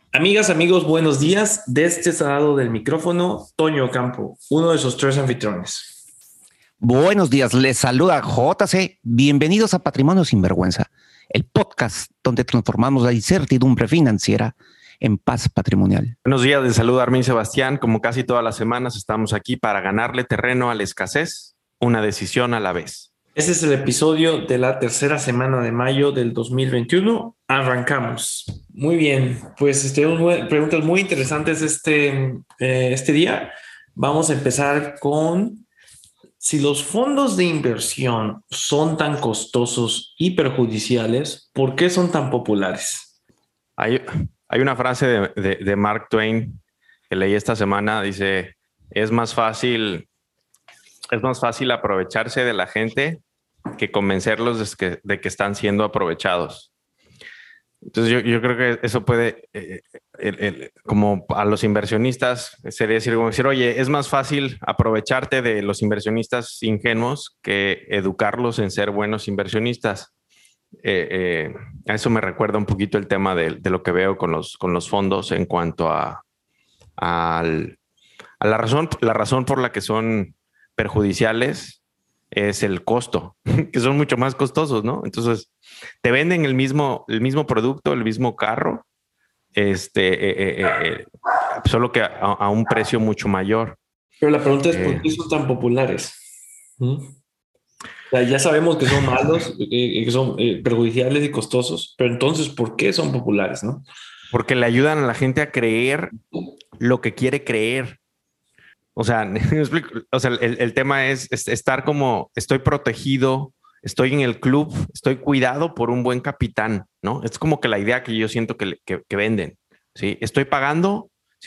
Amigas, amigos, buenos días. De este lado del micrófono, Toño Campo, uno de sus tres anfitriones. Buenos días, les saluda JC. Bienvenidos a Patrimonio Sinvergüenza, el podcast donde transformamos la incertidumbre financiera en paz patrimonial. Buenos días, les saluda Armin Sebastián. Como casi todas las semanas, estamos aquí para ganarle terreno a la escasez, una decisión a la vez. Este es el episodio de la tercera semana de mayo del 2021. Arrancamos. Muy bien, pues preguntas muy interesantes este día. Vamos a empezar con si los fondos de inversión son tan costosos y perjudiciales, ¿por qué son tan populares? Hay una frase de Mark Twain que leí esta semana. Dice, es más fácil aprovecharse de la gente que convencerlos de que están siendo aprovechados. Entonces yo creo que eso puede, como a los inversionistas, sería decir, oye, es más fácil aprovecharte de los inversionistas ingenuos que educarlos en ser buenos inversionistas. A eso me recuerda un poquito el tema de lo que veo con los fondos en cuanto a la razón por la que son perjudiciales es el costo, que son mucho más costosos, ¿no? Entonces, te venden el mismo producto, el mismo carro, solo que a un precio mucho mayor. Pero la pregunta es, ¿por qué son tan populares? O sea, ya sabemos que son malos, que son perjudiciales y costosos, pero entonces, ¿por qué son populares, no? Porque le ayudan a la gente a creer lo que quiere creer. O sea, el tema es estar como estoy protegido, estoy en el club, estoy cuidado por un buen capitán, ¿no? Es como que la idea que yo siento que venden, ¿sí? Estoy pagando,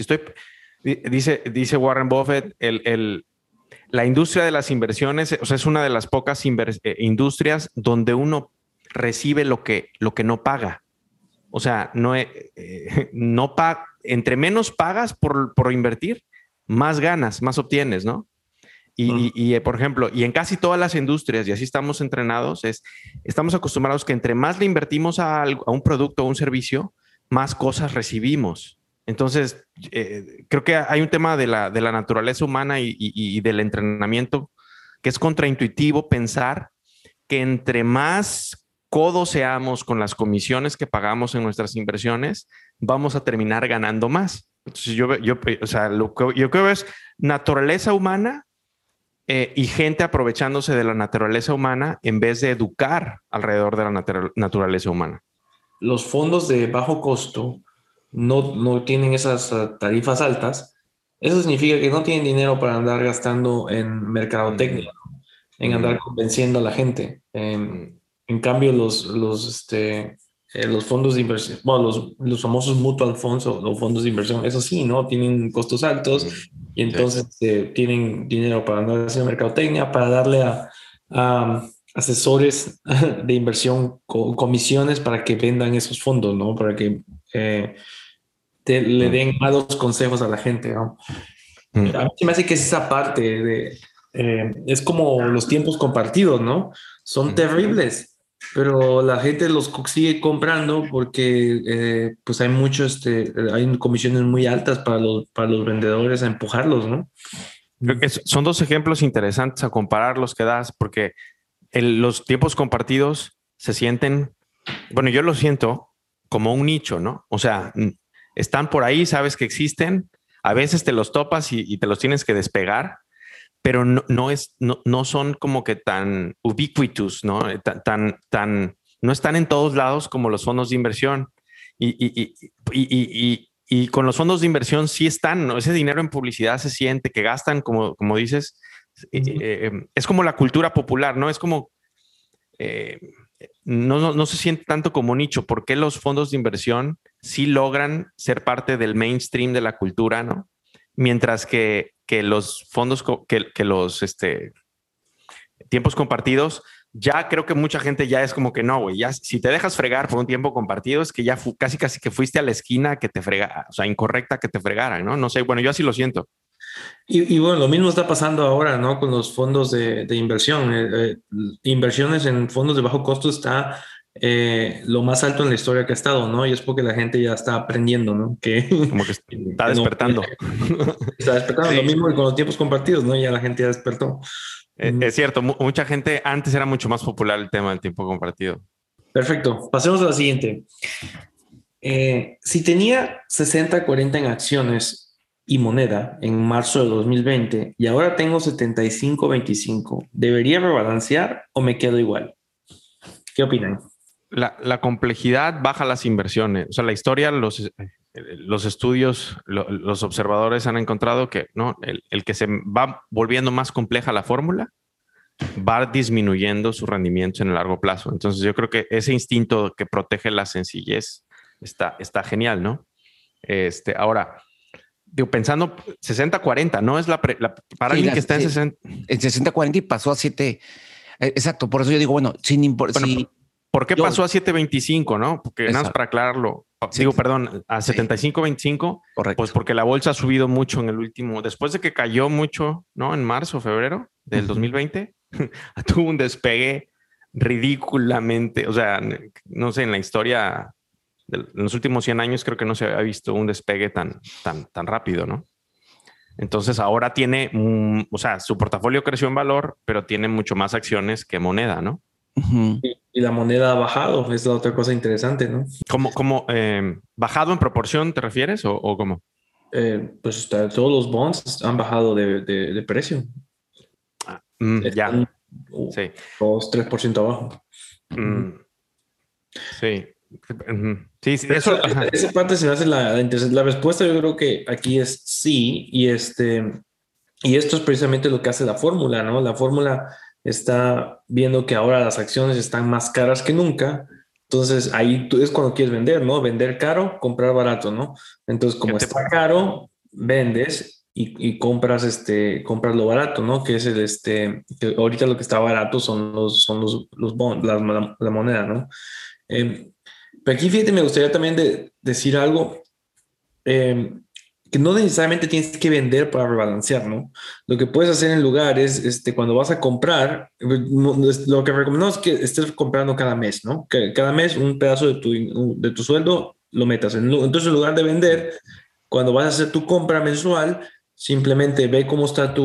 dice Warren Buffett, la industria de las inversiones, o sea, es una de las pocas industrias donde uno recibe lo que no paga. O sea, no paga, entre menos pagas por invertir, más ganas, más obtienes, ¿no? Y por ejemplo, y en casi todas las industrias, y así estamos entrenados, estamos acostumbrados que entre más le invertimos a un producto o un servicio, más cosas recibimos. Entonces, creo que hay un tema de la naturaleza humana y del entrenamiento que es contraintuitivo pensar que entre más codos seamos con las comisiones que pagamos en nuestras inversiones, vamos a terminar ganando más. Entonces o sea, lo que yo creo es naturaleza humana y gente aprovechándose de la naturaleza humana en vez de educar alrededor de la naturaleza humana. Los fondos de bajo costo no tienen esas tarifas altas. Eso significa que no tienen dinero para andar gastando en mercadotecnia, en andar convenciendo a la gente. En cambio, los fondos de inversión, bueno, los famosos mutual funds o fondos de inversión, eso sí, ¿no? Tienen costos altos y entonces tienen dinero para andar haciendo mercadotecnia, para darle a asesores de inversión comisiones para que vendan esos fondos, ¿no? Para que le den malos consejos a la gente, ¿no? A mí se me hace que es esa parte es como los tiempos compartidos, ¿no? Son terribles, pero la gente los sigue comprando porque pues hay hay comisiones muy altas para los vendedores a empujarlos, ¿no? Creo que son dos ejemplos interesantes a comparar los que das, porque los tiempos compartidos se sienten, bueno, yo lo siento como un nicho, ¿no? O sea, están por ahí, sabes que existen, a veces te los topas y te los tienes que despegar, pero no son como que tan ubiquitous, ¿no? No están en todos lados como los fondos de inversión. Y con los fondos de inversión sí están, ¿no? Ese dinero en publicidad se siente que gastan, como dices, es como la cultura popular, ¿no? Es como, no se siente tanto como nicho. ¿Por qué los fondos de inversión sí logran ser parte del mainstream de la cultura, ¿no? Mientras que los fondos, que los tiempos compartidos, ya creo que mucha gente ya es como que no, güey, ya si te dejas fregar por un tiempo compartido es que ya casi que fuiste a la esquina que te frega, o sea, incorrecta que te fregaran, ¿no? No sé, bueno, yo así lo siento. Y bueno, lo mismo está pasando ahora, ¿no? Con los fondos de inversión. Inversiones en fondos de bajo costo está lo más alto en la historia que ha estado, ¿no? Y es porque la gente ya está aprendiendo, ¿no? Que, Como que está que no, despertando. está despertando. Lo Sí, mismo que con los tiempos compartidos, ¿no? Ya la gente ya despertó. es cierto. Mucha gente, antes era mucho más popular el tema del tiempo compartido. Perfecto. Pasemos a la siguiente. Si tenía 60-40 en acciones y moneda en marzo de 2020 y ahora tengo 75-25, ¿debería rebalancear o me quedo igual? ¿Qué opinan? La complejidad baja las inversiones. O sea, la historia, los estudios, los observadores han encontrado que ¿no? El que se va volviendo más compleja la fórmula va disminuyendo su rendimiento en el largo plazo. Entonces yo creo que ese instinto que protege la sencillez está genial, ¿no? Ahora, digo, pensando 60-40, ¿no? Es para alguien que está en 60. En 60-40 y pasó a 7. Exacto, por eso yo digo, bueno, sin importar. Bueno, si ¿por qué yo, pasó a 7.25, no? Porque nada más exacto, para aclararlo. sí, Digo, perdón, a 75.25, correcto. pues porque la bolsa ha subido mucho en el último, después de que cayó mucho, ¿no? En marzo, febrero del 2020, tuvo un despegue ridículamente, o sea, no sé, en la historia en los últimos 100 años creo que no se había visto un despegue tan rápido, ¿no? Entonces ahora tiene, o sea, su portafolio creció en valor, pero tiene mucho más acciones que moneda, ¿no? Y la moneda ha bajado, es la otra cosa interesante, ¿no? ¿Cómo bajado en proporción te refieres o cómo? Pues todos los bonds han bajado de precio. Ya, Están sí. 2-3% abajo. Sí. Sí, sí, Pero eso. esa parte se me hace la interesante. La respuesta yo creo que aquí es sí, y esto es precisamente lo que hace la fórmula, ¿no? La fórmula está viendo que ahora las acciones están más caras que nunca. Entonces ahí tú es cuando quieres vender, ¿no? Vender caro, comprar barato, ¿no? Entonces, como está caro, vendes y compras compras lo barato, ¿no? Que es que ahorita lo que está barato son los bonds, la moneda, ¿no? Eh, pero aquí, fíjate, me gustaría también decir algo. eh, que no necesariamente tienes que vender para rebalancear, ¿no? lo que puedes hacer en lugar es, cuando vas a comprar, lo que recomendamos es que estés comprando cada mes, ¿no? Que cada mes un pedazo de tu sueldo lo metas. Entonces, en lugar de vender, cuando vas a hacer tu compra mensual, simplemente ve cómo está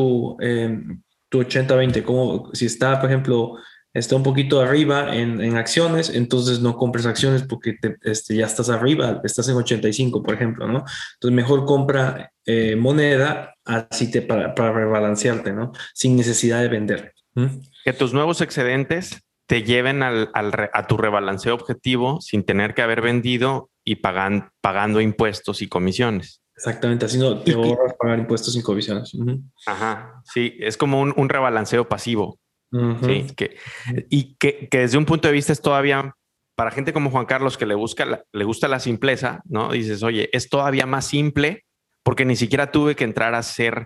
tu 80-20, si está, por ejemplo, está un poquito arriba en acciones, entonces no compres acciones porque ya estás arriba, estás en 85, por ejemplo, ¿no? Entonces mejor compra moneda así para rebalancearte, ¿no? Sin necesidad de vender. Que tus nuevos excedentes te lleven a tu rebalanceo objetivo sin tener que haber vendido y pagando impuestos y comisiones. Exactamente, así no te ahorras pagar impuestos sin comisiones. Ajá, sí, es como un rebalanceo pasivo. Sí, Uh-huh. que desde un punto de vista es todavía, para gente como Juan Carlos que le gusta la simpleza, ¿no? Dices, oye, es todavía más simple porque ni siquiera tuve que entrar a hacer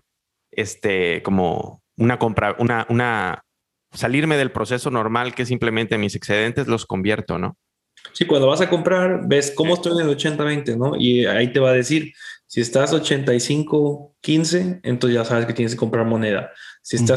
como una compra, salirme del proceso normal que simplemente mis excedentes los convierto, ¿no? Sí, cuando vas a comprar, ves cómo estoy en el 80-20, ¿no? Y ahí te va a decir, si estás 85-15, entonces ya sabes que tienes que comprar moneda. Si estás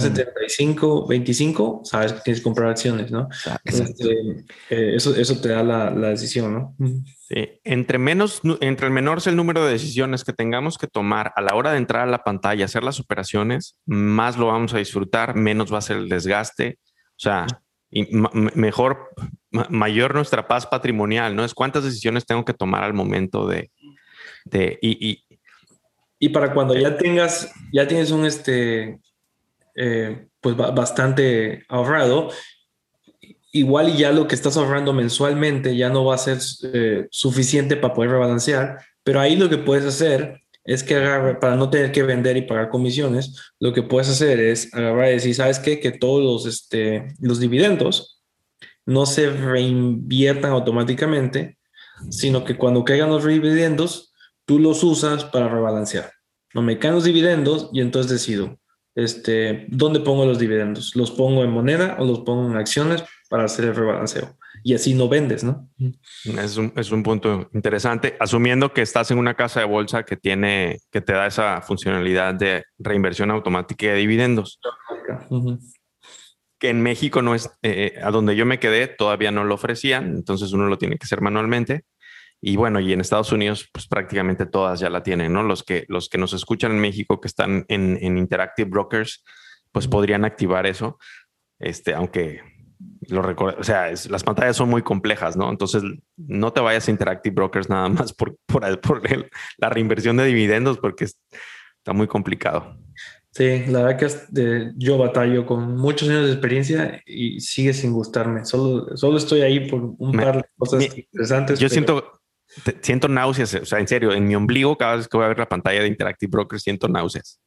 75-25, sabes que tienes que comprar acciones, ¿no? Exacto. Eso te da la decisión, ¿no? Sí. Entre el menor sea el número de decisiones que tengamos que tomar a la hora de entrar a la pantalla, hacer las operaciones, más lo vamos a disfrutar, menos va a ser el desgaste. O sea, y mayor nuestra paz patrimonial, ¿no? Es cuántas decisiones tengo que tomar al momento Y para cuando ya tienes pues bastante ahorrado, igual y ya lo que estás ahorrando mensualmente ya no va a ser suficiente para poder rebalancear, pero ahí lo que puedes hacer es que para no tener que vender y pagar comisiones, lo que puedes hacer es agarrar y decir, ¿sabes qué? Que todos los dividendos no se reinviertan automáticamente, sino que cuando caigan los dividendos, tú los usas para rebalancear. No me caen los dividendos y entonces decido, ¿dónde pongo los dividendos? ¿Los pongo en moneda o los pongo en acciones para hacer el rebalanceo? Y así no vendes, ¿no? es un punto interesante, asumiendo que estás en una casa de bolsa que te da esa funcionalidad de reinversión automática de dividendos. Uh-huh. que en México no es, a donde yo me quedé, todavía no lo ofrecían, entonces uno lo tiene que hacer manualmente. Y bueno, y en Estados Unidos, pues prácticamente todas ya la tienen, ¿no? Los que nos escuchan en México que están en Interactive Brokers, pues podrían activar eso, aunque o sea, las pantallas son muy complejas, ¿no? Entonces no te vayas a Interactive Brokers nada más por la reinversión de dividendos, porque está muy complicado. Sí, la verdad que yo batallo con muchos años de experiencia y sigue sin gustarme. Solo estoy ahí por un par de cosas interesantes. Yo siento náuseas, o sea, en serio, en mi ombligo, cada vez que voy a ver la pantalla de Interactive Brokers, siento náuseas.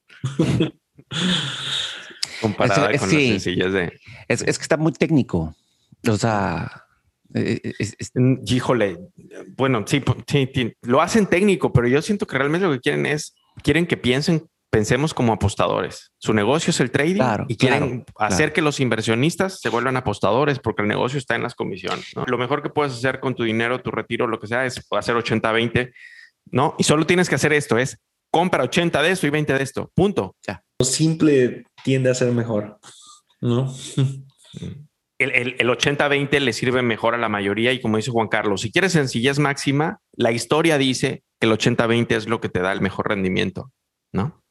Comparada con las sencillas de... Es que está muy técnico. O sea... Híjole, bueno, sí, lo hacen técnico, pero yo siento que realmente lo que quieren que pensemos como apostadores. Su negocio es el trading y quieren hacer que los inversionistas se vuelvan apostadores porque el negocio está en las comisiones, ¿no? Lo mejor que puedes hacer con tu dinero, tu retiro, lo que sea, es hacer 80-20, ¿no? Y solo tienes que hacer esto, es compra 80 de esto y 20 de esto, punto. Ya. Lo simple tiende a ser mejor, ¿no? El 80-20 le sirve mejor a la mayoría y como dice Juan Carlos, si quieres sencillez máxima, la historia dice que el 80-20 es lo que te da el mejor rendimiento, ¿no?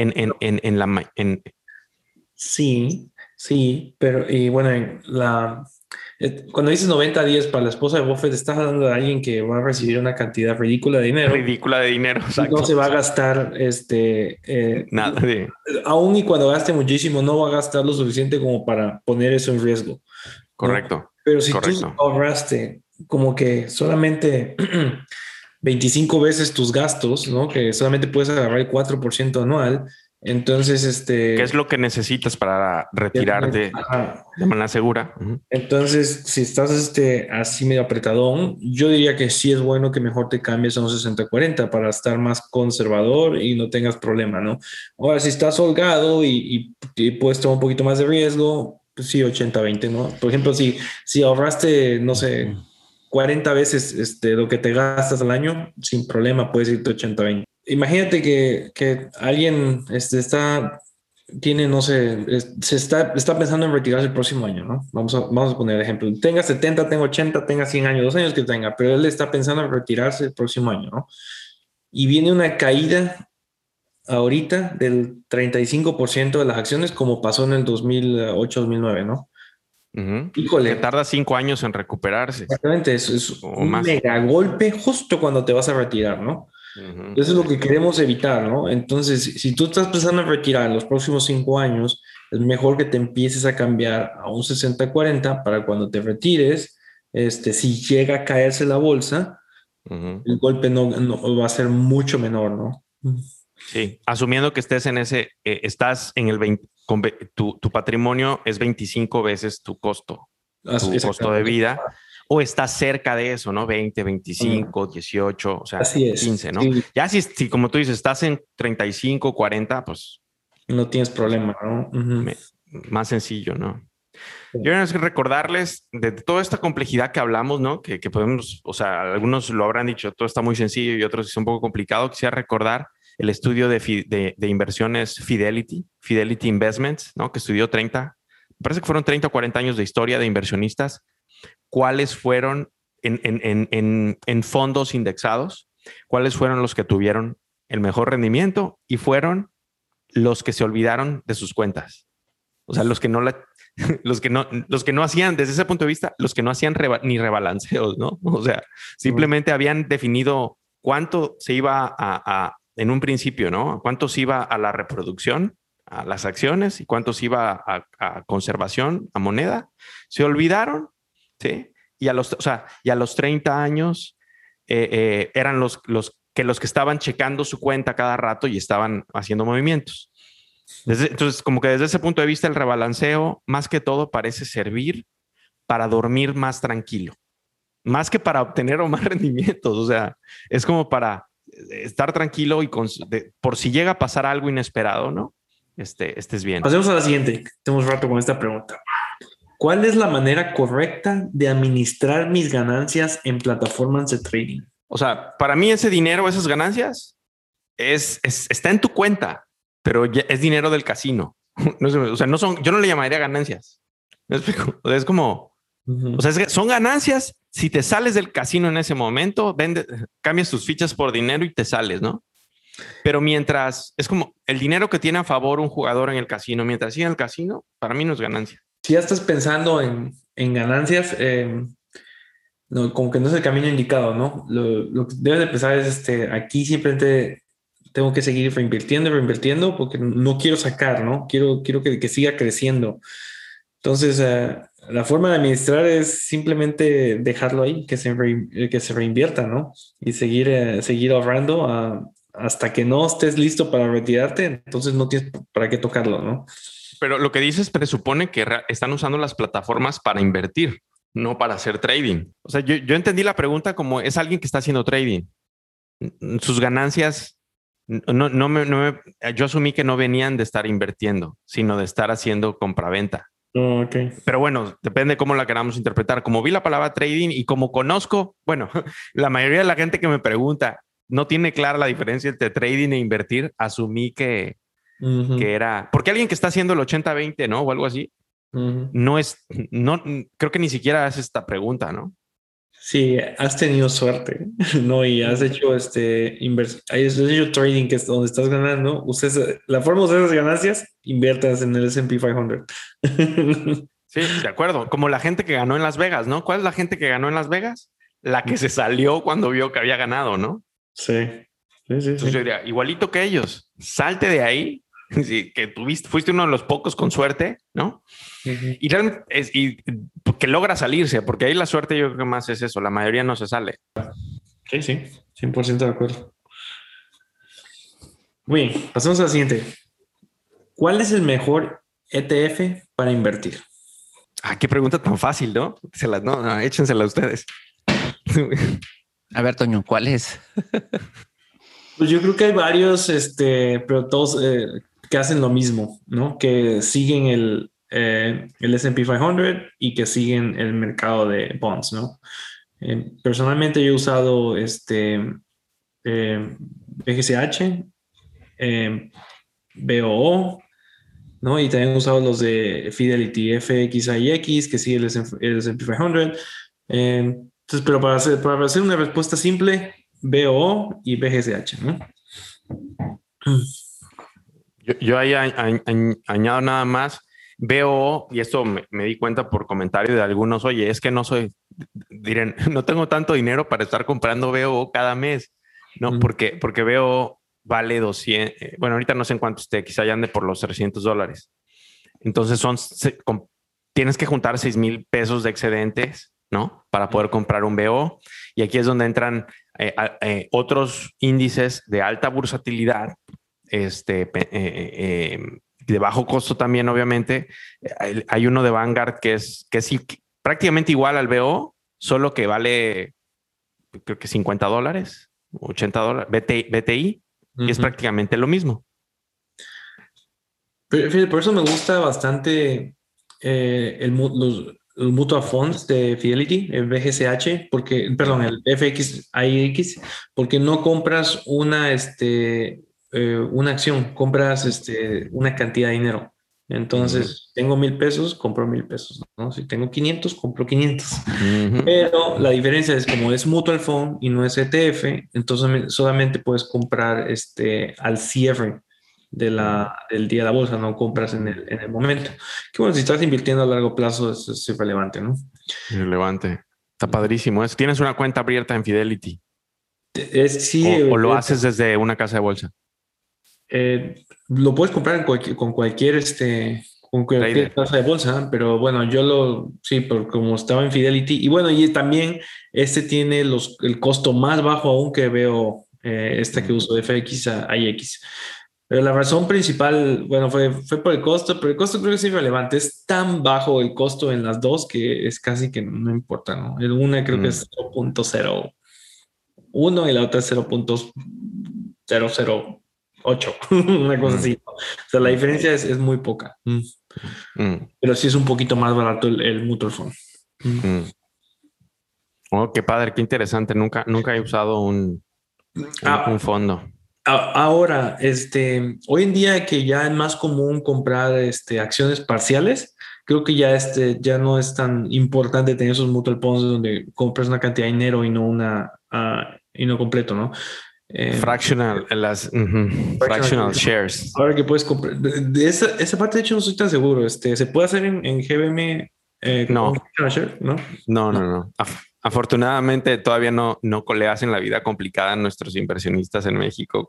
Sí, pero y bueno, cuando dices 90-10 para la esposa de Buffett, estás hablando de alguien que va a recibir una cantidad ridícula de dinero. Exacto. No se va a gastar nada. Aún y cuando gaste muchísimo, no va a gastar lo suficiente como para poner eso en riesgo. Correcto. ¿No? Pero si tú ahorraste como que solamente 25 veces tus gastos, ¿no? Que solamente puedes agarrar el 4% anual. Entonces, ¿qué es lo que necesitas para retirarte de manera segura? Entonces, si estás así medio apretadón, yo diría que sí es bueno que mejor te cambies a un 60-40 para estar más conservador y no tengas problema, ¿no? Ahora, si estás holgado y puedes tomar un poquito más de riesgo, pues sí, 80-20, ¿no? Por ejemplo, si ahorraste, no sé, 40 veces lo que te gastas al año, sin problema puedes irte 80-20. Imagínate que alguien tiene, no sé, está pensando en retirarse el próximo año, ¿no? Vamos a poner el ejemplo. Tenga 70, tenga 80, tenga 100 años, 2 años que tenga, pero él está pensando en retirarse el próximo año, ¿no? Y viene una caída ahorita del 35% de las acciones, como pasó en el 2008-2009, ¿no? Híjole. Que tarda 5 años en recuperarse. Exactamente, es un mega golpe justo cuando te vas a retirar, ¿no? Eso es lo que queremos evitar, ¿no? Entonces, si tú estás pensando en retirar en los próximos 5 años, es mejor que te empieces a cambiar a un 60-40 para cuando te retires, si llega a caerse la bolsa, el golpe no va a ser mucho menor, ¿no? Sí, asumiendo que estés en estás en el 20, tu patrimonio es 25 veces tu costo de vida. O estás cerca de eso, ¿no? 20, 25, 18, o sea, así es, 15, ¿no? Sí. Ya si, como tú dices, estás en 35, 40, pues... No tienes problema, ¿no? Más sencillo, ¿no? Sí. Yo quiero recordarles de toda esta complejidad que hablamos, ¿no? Que podemos, o sea, algunos lo habrán dicho, todo está muy sencillo y otros es un poco complicado. Quisiera recordar el estudio de inversiones Fidelity Investments, ¿no? Que estudió parece que fueron 30 o 40 años de historia de inversionistas. ¿Cuáles fueron en fondos indexados? ¿Cuáles fueron los que tuvieron el mejor rendimiento? Y fueron los que se olvidaron de sus cuentas. O sea, los que no hacían, desde ese punto de vista, los que no hacían ni rebalanceos, ¿no? O sea, simplemente habían definido cuánto se iba en un principio, ¿no? Cuánto se iba a la reproducción, a las acciones, y cuánto se iba a conservación, a moneda. Se olvidaron. ¿Sí? Y a los 30 años eran los que estaban checando su cuenta cada rato y estaban haciendo movimientos. Entonces, como que desde ese punto de vista, el rebalanceo, más que todo, parece servir para dormir más tranquilo, más que para obtener más rendimientos. O sea, es como para estar tranquilo y por si llega a pasar algo inesperado, ¿no? Estés bien. Pasemos a la siguiente. Tenemos rato con esta pregunta. ¿Cuál es la manera correcta de administrar mis ganancias en plataformas de trading? O sea, para mí ese dinero, esas ganancias, está en tu cuenta, pero es dinero del casino. No sé, o sea, yo no le llamaría ganancias. ¿Me explico? O sea, es como, o sea, son ganancias si te sales del casino en ese momento, cambias tus fichas por dinero y te sales, ¿no? Pero mientras, es como el dinero que tiene a favor un jugador en el casino, mientras sigue en el casino, para mí no es ganancia. Si ya estás pensando en ganancias, no, como que no es el camino indicado, ¿no? Lo que debes de pensar es, aquí simplemente tengo que seguir reinvirtiendo, porque no quiero sacar, ¿no? Quiero que siga creciendo. Entonces, la forma de administrar es simplemente dejarlo ahí, que se reinvierta, ¿no? Y seguir ahorrando hasta que no estés listo para retirarte, entonces no tienes para qué tocarlo, ¿no? Pero lo que dices presupone que están usando las plataformas para invertir, no para hacer trading. O sea, yo entendí la pregunta como es alguien que está haciendo trading. Sus ganancias, yo asumí que no venían de estar invirtiendo, sino de estar haciendo compraventa. Oh, okay. Pero bueno, depende cómo la queramos interpretar. Como vi la palabra trading y como conozco, bueno, la mayoría de la gente que me pregunta no tiene clara la diferencia entre trading e invertir, asumí que era, porque alguien que está haciendo el 80-20, ¿no? O algo así, no, creo que ni siquiera hace esta pregunta, ¿no? Sí, has tenido suerte, ¿no? Y has hecho has hecho trading, que es donde estás ganando. La forma de usar esas ganancias, inviertas en el S&P 500. Sí, de acuerdo. Como la gente que ganó en Las Vegas, ¿no? ¿Cuál es la gente que ganó en Las Vegas? La que se salió cuando vio que había ganado, ¿no? Sí. Entonces yo diría, igualito que ellos, salte de ahí, que fuiste uno de los pocos con suerte, ¿no? Y realmente que logra salirse, porque ahí la suerte yo creo que más es eso, la mayoría no se sale. Sí, 100% de acuerdo. Muy bien, pasemos a la siguiente. ¿Cuál es el mejor ETF para invertir? Qué pregunta tan fácil, ¿no? No, échensela ustedes. A ver, Toño, ¿cuál es? Pues yo creo que hay varios, pero todos que hacen lo mismo, ¿no? Que siguen el S&P 500 y que siguen el mercado de bonds, ¿no? Personalmente yo he usado BGCH, BOO, ¿no? Y también he usado los de Fidelity FXIX, que sigue el S&P 500. Entonces, pero para hacer una respuesta simple, BOO y BGCH, ¿no? Yo ahí añado nada más, veo, y esto me di cuenta por comentario de algunos, oye, es que no tengo tanto dinero para estar comprando BO cada mes, ¿no? Porque BO vale 200, bueno, ahorita no sé en cuánto esté, quizá ya ande por los $300. Entonces tienes que juntar 6,000 pesos de excedentes, ¿no? Para poder comprar un BO. Y aquí es donde entran otros índices de alta bursatilidad, de bajo costo también, obviamente. Hay uno de Vanguard que es prácticamente igual al BO, solo que vale, creo que $50, $80, BTI, y es prácticamente lo mismo. Por eso me gusta bastante los Mutual Funds de Fidelity, el BGCH, el FXIX, porque no compras una acción, compras una cantidad de dinero. Entonces, tengo 1,000 pesos, compro 1,000 pesos, ¿no? Si tengo 500, compro 500. Pero la diferencia es como es Mutual Fund y no es ETF, entonces solamente puedes comprar al cierre del día de la bolsa, no compras en el momento. Que bueno, si estás invirtiendo a largo plazo es irrelevante, ¿no? Irrelevante. Está padrísimo. Tienes una cuenta abierta en Fidelity. Sí, o lo haces desde una casa de bolsa. Lo puedes comprar con cualquier casa de bolsa, pero bueno, como estaba en Fidelity, y bueno, y también tiene el costo más bajo aún que veo, que uso de FXIX. Pero la razón principal, bueno, fue por el costo, pero el costo creo que es irrelevante. Es tan bajo el costo en las dos que es casi que no importa, ¿no? En una creo que es 0.01 y la otra es 0.008, una cosa así. O sea, la diferencia es muy poca. Pero sí es un poquito más barato el Mutual Fund. Oh, qué padre, qué interesante. Nunca he usado un fondo. Ahora, hoy en día que ya es más común comprar acciones parciales, creo que ya no es tan importante tener esos mutual funds donde compras una cantidad de dinero y y no completo, ¿no? Eh, fractional shares. Ahora que puedes comprar, de esa parte de hecho no estoy tan seguro. ¿Se puede hacer en GBM No, con fractional share? ¿No? no. Afortunadamente todavía no le hacen la vida complicada a nuestros inversionistas en México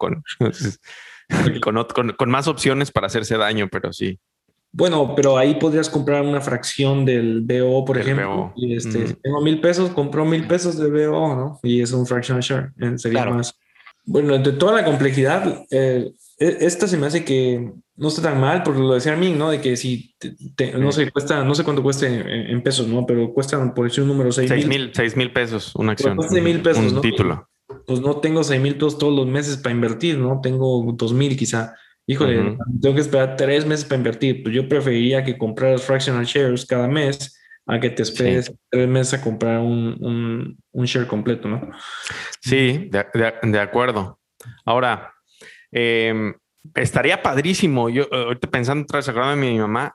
con más opciones para hacerse daño, pero sí. Bueno, pero ahí podrías comprar una fracción del BO, por Del ejemplo, BO. y si tengo 1,000 pesos, compro 1,000 pesos de BO, ¿no? Y es un fractional share, sería Claro. más. Bueno, de toda la complejidad, esta se me hace que no está tan mal, porque lo decía Armin, ¿no? De que si, no sé, no sé cuánto cueste en pesos, ¿no? Pero cuestan, por decir un número, 6,000. 6,000 pesos una Pues acción. cuesta 6,000 pesos, Un ¿no? título. Pues no tengo 6,000 pesos todos los meses para invertir, ¿no? Tengo 2,000 quizá. Híjole, Ujú. tengo que esperar 3 meses para invertir. Pues yo preferiría que compraras fractional shares cada mes a que te Sí. esperes 3 meses a comprar un share completo, ¿no? Sí, de acuerdo. Ahora, estaría padrísimo. Yo ahorita pensando otra vez, acordándome de mi mamá,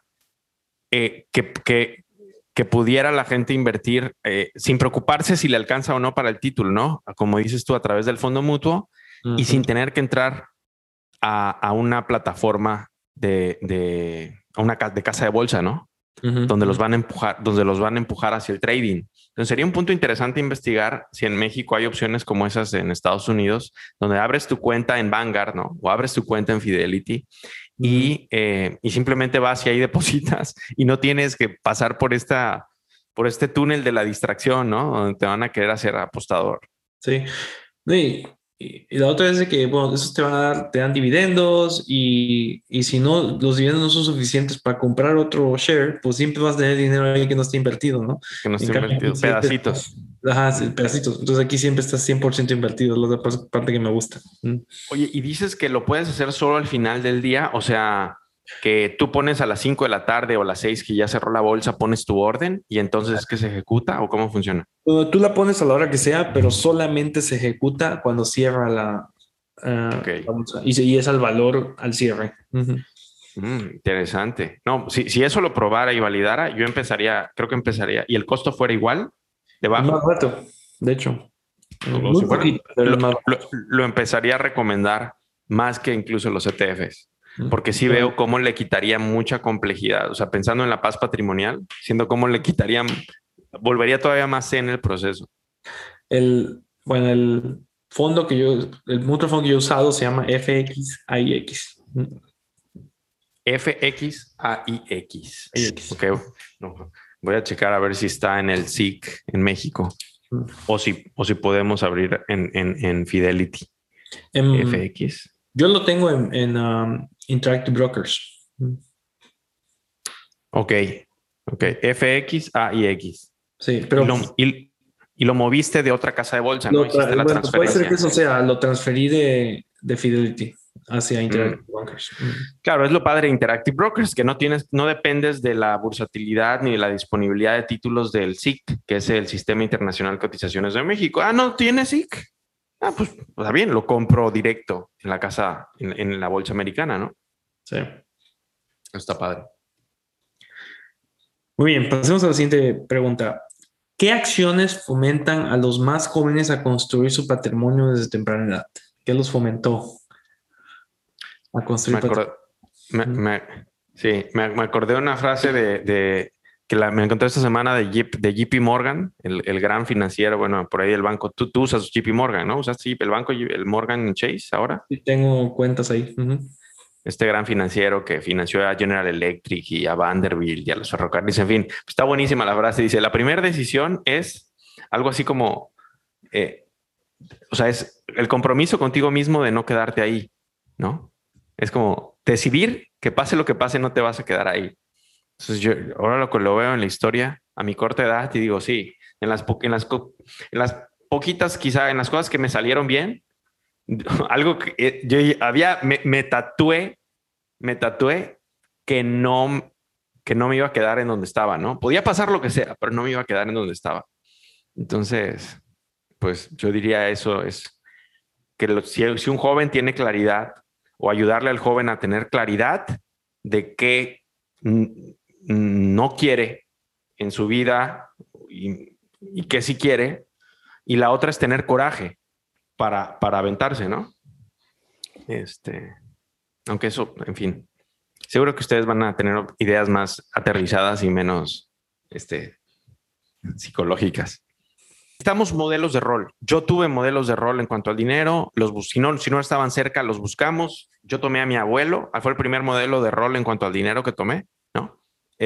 que pudiera la gente invertir sin preocuparse si le alcanza o no para el título, ¿no? Como dices tú, a través del fondo mutuo y Ujú, sin tener que entrar a una plataforma de casa de bolsa, ¿no? ujú, Donde ujú. los van a empujar hacia el trading. Entonces sería un punto interesante investigar si en México hay opciones como esas en Estados Unidos, donde abres tu cuenta en Vanguard, ¿no? O abres tu cuenta en Fidelity Ujú. y simplemente vas y ahí depositas y no tienes que pasar por este túnel de la distracción, ¿no? Donde te van a querer hacer apostador. Sí. No, y la otra es de que, bueno, esos te dan dividendos y si no, los dividendos no son suficientes para comprar otro share, pues siempre vas a tener dinero ahí que no está invertido, ¿no? Que no En esté cambio, aquí invertido, siempre pedacitos. estás, ajá, sí, pedacitos. Entonces aquí siempre estás 100% invertido, es la otra parte que me gusta. Oye, y dices que lo puedes hacer solo al final del día, o sea, que tú pones a las 5 de la tarde o a las 6 que ya cerró la bolsa, pones tu orden y entonces es que se ejecuta o cómo funciona. Tú la pones a la hora que sea, pero solamente se ejecuta cuando cierra Ok. la bolsa y es al valor al cierre. Ujú. Interesante. No, si eso lo probara y validara, creo que empezaría, y el costo fuera igual, Es más debajo, barato, de hecho. o Muy si fuera, poquito, pero es más barato. lo empezaría a recomendar más que incluso los ETFs, porque sí Bueno, veo cómo le quitaría mucha complejidad. O sea, pensando en la paz patrimonial, siendo cómo le quitarían, volvería todavía más en el proceso. el fondo el mutual fund que yo he usado se llama FXIX. FXAIX. IX. Ok, no, voy a checar a ver si está en el SIC en México o si podemos abrir en Fidelity. Em, FX. yo lo tengo en Interactive Brokers. Ok, ok. FXAIX. Sí, Y pero y lo moviste de otra casa de bolsa, ¿no? Hiciste la bueno, puede ser que transferencia. eso sea, lo transferí de Fidelity hacia Interactive Mm. Brokers. Claro, es lo padre de Interactive Brokers, que no dependes de la bursatilidad ni de la disponibilidad de títulos del SIC, que es el Sistema Internacional de Cotizaciones de México. Ah, no tiene SIC. Ah, pues está bien, lo compro directo en la casa, en la bolsa americana, ¿no? Sí. Está padre. Muy bien, pasemos a la siguiente pregunta. ¿Qué acciones fomentan a los más jóvenes a construir su patrimonio desde temprana edad? ¿Qué los fomentó a Me construir acordé, patrimonio? me- sí, me acordé de una frase que me encontré esta semana de JP Morgan, el gran financiero, bueno, por ahí del banco. Tú usas JP Morgan, ¿no? ¿Usas el banco, el Morgan Chase ahora? Sí, tengo cuentas ahí. Ujú. Este gran financiero que financió a General Electric y a Vanderbilt y a los ferrocarriles, en fin. Está buenísima la frase. Dice, la primera decisión es algo así como, eh, o sea, es el compromiso contigo mismo de no quedarte ahí, ¿no? Es como decidir que pase lo que pase, no te vas a quedar ahí. Entonces yo ahora lo que lo veo en la historia a mi corta edad y digo, sí, en las poquitas, quizá en las cosas que me salieron bien, algo que me tatué que no me iba a quedar en donde estaba, ¿no? Podía pasar lo que sea, pero no me iba a quedar en donde estaba. Entonces, pues yo diría eso es que si un joven tiene claridad o ayudarle al joven a tener claridad de qué, no quiere en su vida y que sí quiere, y la otra es tener coraje para aventarse, ¿no? Aunque eso, en fin, seguro que ustedes van a tener ideas más aterrizadas y menos psicológicas. Necesitamos modelos de rol. Yo tuve modelos de rol en cuanto al dinero. Si no estaban cerca, los buscamos. Yo tomé a mi abuelo. Fue el primer modelo de rol en cuanto al dinero que tomé, ¿no?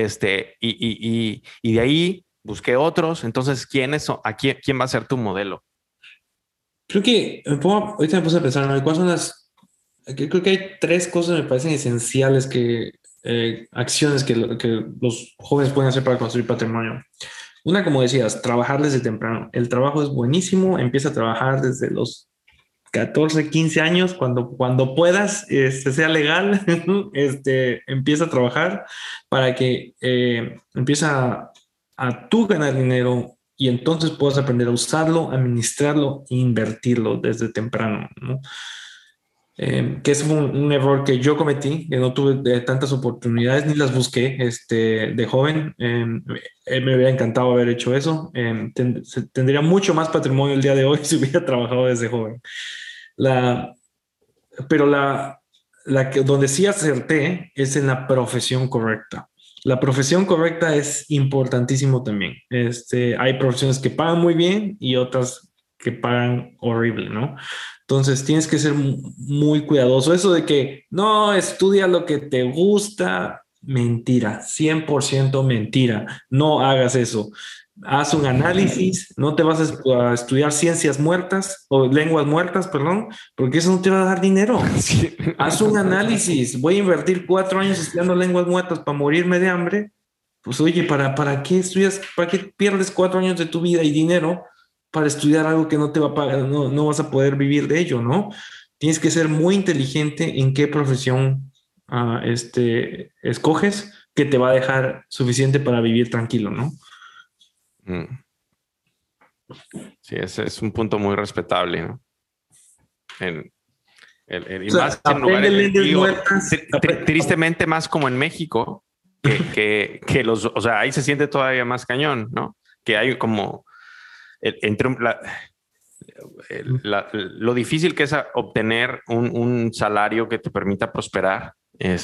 Y de ahí busqué otros. Entonces, ¿quién va a ser tu modelo? Creo que ahorita me puse a pensar, ¿no? ¿Cuáles son creo que hay 3 cosas que me parecen esenciales acciones que los jóvenes pueden hacer para construir patrimonio. Una, como decías, trabajar desde temprano. El trabajo es buenísimo. Empieza a trabajar desde los 14, 15 años, cuando puedas, sea legal, empieza a trabajar para que empieza a tú ganar dinero y entonces puedas aprender a usarlo, administrarlo e invertirlo desde temprano, ¿no? Que es un error que yo cometí, que no tuve tantas oportunidades ni las busqué de joven. Me hubiera encantado haber hecho eso. Tendría mucho más patrimonio el día de hoy si hubiera trabajado desde joven. Pero donde sí acerté es en la profesión correcta. La profesión correcta es importantísimo también. Hay profesiones que pagan muy bien y otras que pagan horrible, ¿no? Entonces tienes que ser muy cuidadoso. Eso de que no estudia lo que te gusta, mentira, 100% mentira. No hagas eso. Haz un análisis, no te vas a estudiar ciencias muertas o lenguas muertas, perdón, porque eso no te va a dar dinero. Sí. Haz un análisis. Voy a invertir 4 años estudiando lenguas muertas para morirme de hambre. Pues oye, ¿para qué estudias? ¿Para qué pierdes 4 años de tu vida y dinero para estudiar algo que no te va a pagar? No vas a poder vivir de ello, ¿no? Tienes que ser muy inteligente en qué profesión escoges que te va a dejar suficiente para vivir tranquilo, ¿no? Sí, ese es un punto muy respetable, ¿no? Y O sea, más en lugares, muertas, tristemente más como en México, que o sea, ahí se siente todavía más cañón, ¿no? Que hay como lo difícil que es obtener un salario que te permita prosperar,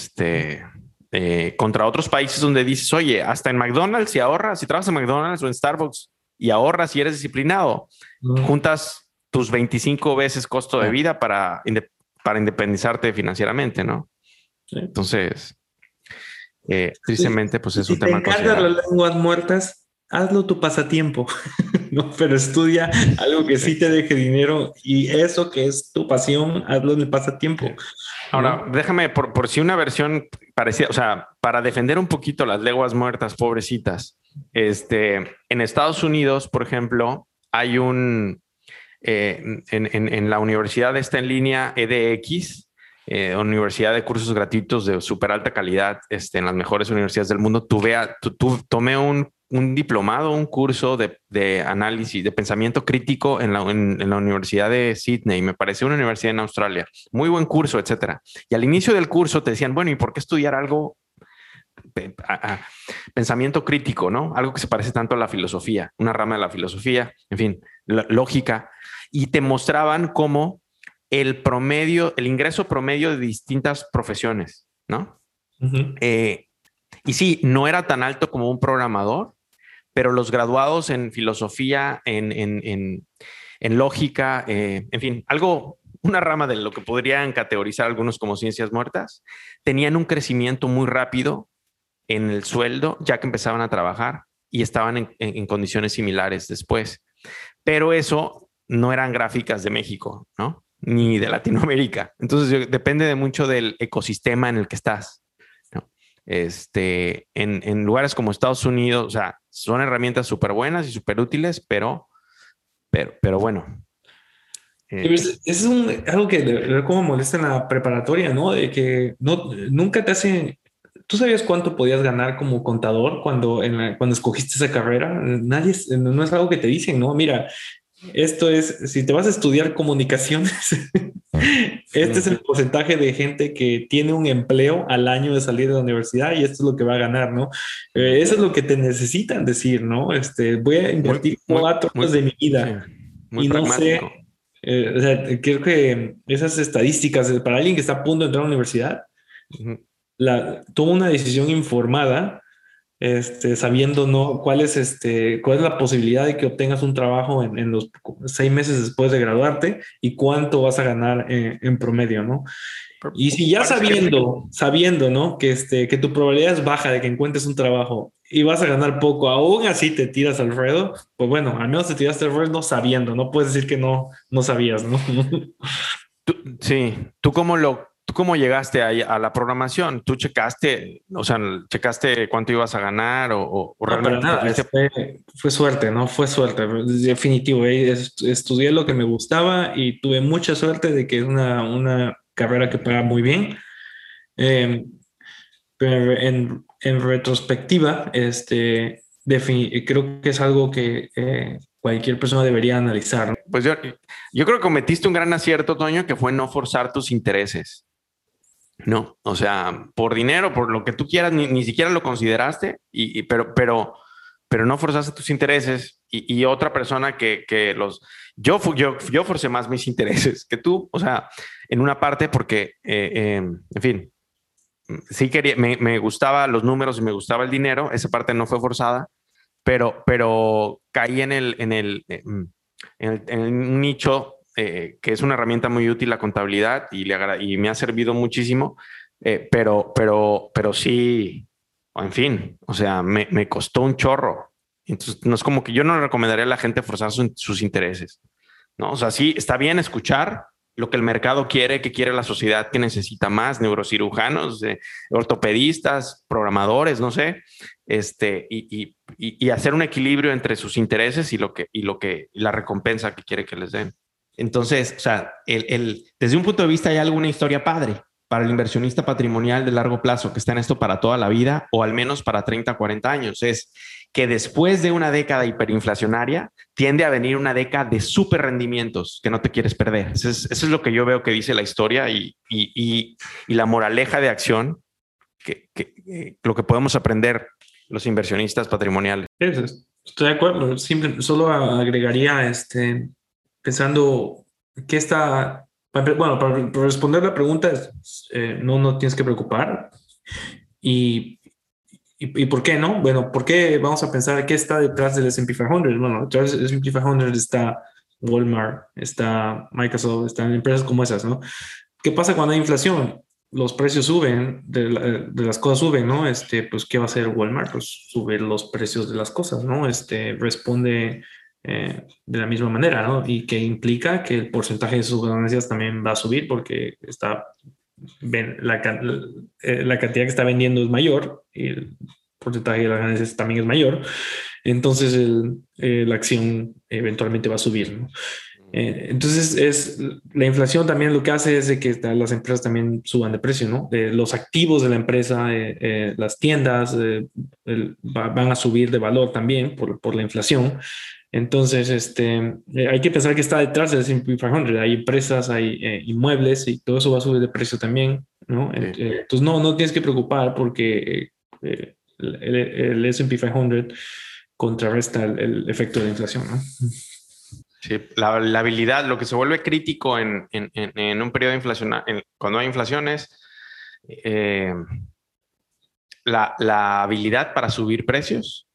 contra otros países donde dices, oye, hasta en McDonald's, si ahorras, si trabajas en McDonald's o en Starbucks y ahorras y eres disciplinado, juntas tus 25 veces costo de vida para independizarte financieramente, ¿no? Sí. Entonces, tristemente, pues es un tema considerable. Si te encantan las lenguas muertas, hazlo tu pasatiempo, ¿no? Pero estudia algo que sí te deje dinero y eso que es tu pasión, hazlo en el pasatiempo. Ahora, ¿no? Déjame, por si una versión parecida, o sea, para defender un poquito las lenguas muertas, pobrecitas, en Estados Unidos, por ejemplo, hay en la universidad está en línea EDX, Universidad de Cursos Gratuitos de súper alta calidad, en las mejores universidades del mundo. Tomé un diplomado, un curso de análisis, de pensamiento crítico en la Universidad de Sydney. Me pareció una universidad en Australia. Muy buen curso, etcétera. Y al inicio del curso te decían, bueno, ¿y por qué estudiar algo? Pensamiento crítico, ¿no? Algo que se parece tanto a la filosofía, una rama de la filosofía, en fin, lógica. Y te mostraban cómo el ingreso promedio de distintas profesiones, ¿no? Uh-huh. Y sí, no era tan alto como un programador, pero los graduados en filosofía, en lógica, en fin, una rama de lo que podrían categorizar algunos como ciencias muertas, tenían un crecimiento muy rápido en el sueldo, ya que empezaban a trabajar y estaban en condiciones similares después. Pero eso no eran gráficas de México, ¿no? Ni de Latinoamérica. Entonces depende mucho del ecosistema en el que estás, ¿no? En lugares como Estados Unidos, o sea, son herramientas súper buenas y súper útiles, pero bueno. Es algo que como molesta en la preparatoria, ¿no? De que nunca te hacen... ¿Tú sabías cuánto podías ganar como contador cuando escogiste esa carrera? No es algo que te dicen, ¿no? Mira, Esto es, si te vas a estudiar comunicaciones, este es el porcentaje de gente que tiene un empleo al año de salir de la universidad y esto es lo que va a ganar, ¿no? Eso es lo que te necesitan decir, ¿no? Voy a invertir 4 años de mi sí, vida muy y no pragmático. sé, o sea, creo que esas estadísticas para alguien que está a punto de entrar a la universidad, Ujú. toma una decisión informada sabiendo no cuál es la posibilidad de que obtengas un trabajo en los 6 meses después de graduarte y cuánto vas a ganar en promedio, ¿no? Y si ya Parece que sabiendo, ¿no? Que tu probabilidad es baja de que encuentres un trabajo y vas a ganar poco, aún así te tiras al ruedo, pues bueno, al menos te tiraste al ruedo no sabiendo, no puedes decir que no sabías, ¿no? sí, tú cómo llegaste a la programación? ¿Tú checaste, o sea, checaste cuánto ibas a ganar o No, para realmente te nada, fuiste? fue suerte, ¿no? Fue suerte, definitivo. Estudié lo que me gustaba y tuve mucha suerte de que es una carrera que paga muy bien. Eh, pero en retrospectiva, creo que es algo que cualquier persona debería analizar, ¿no? Pues yo creo que cometiste un gran acierto, Toño, que fue no forzar tus intereses. No, o sea, por dinero, por lo que tú quieras, ni siquiera lo consideraste, pero no forzaste tus intereses y otra persona que yo forcé más mis intereses que tú, o sea, en una parte porque, en fin, sí quería, me gustaba los números y me gustaba el dinero, esa parte no fue forzada, pero caí en un nicho que es una herramienta muy útil, la contabilidad, y me ha servido muchísimo, pero sí, en fin, o sea, me costó un chorro. Entonces, no es como que yo no le recomendaría a la gente forzar sus intereses, ¿no? O sea, sí, está bien escuchar lo que el mercado quiere, que quiere la sociedad, que necesita más neurocirujanos, ortopedistas, programadores, no sé, y hacer un equilibrio entre sus intereses y la recompensa que quiere que les den. Entonces, o sea, desde un punto de vista hay alguna historia padre para el inversionista patrimonial de largo plazo que está en esto para toda la vida o al menos para 30, 40 años. Es que después de una década hiperinflacionaria tiende a venir una década de super rendimientos que no te quieres perder. Eso es lo que yo veo que dice la historia y la moraleja de acción lo que podemos aprender los inversionistas patrimoniales. Estoy de acuerdo. Solo agregaría, pensando que bueno, para responder la pregunta, no tienes que preocupar. ¿Y, y por qué no? Bueno, ¿por qué vamos a pensar qué está detrás del S&P 500? Bueno, detrás del S&P 500 está Walmart, está Microsoft, están empresas como esas, ¿no? ¿Qué pasa cuando hay inflación? Los precios suben, de las cosas suben, ¿no? Pues, ¿qué va a hacer Walmart? Pues sube los precios de las cosas, ¿no? Responde de la misma manera, ¿no? Y que implica que el porcentaje de sus ganancias también va a subir porque la cantidad que está vendiendo es mayor y el porcentaje de las ganancias también es mayor. Entonces la acción eventualmente va a subir, ¿no? Entonces, la inflación también lo que hace es de que las empresas también suban de precio, ¿no? Los activos de la empresa, las tiendas van a subir de valor también por la inflación. Entonces, hay que pensar que está detrás del S&P 500. Hay empresas, hay inmuebles y todo eso va a subir de precio también, ¿no? Sí. Entonces, no tienes que preocupar porque el S&P 500 contrarresta el efecto de la inflación, ¿no? Sí, la habilidad, lo que se vuelve crítico en un periodo inflacionario, cuando hay inflaciones, la habilidad para subir precios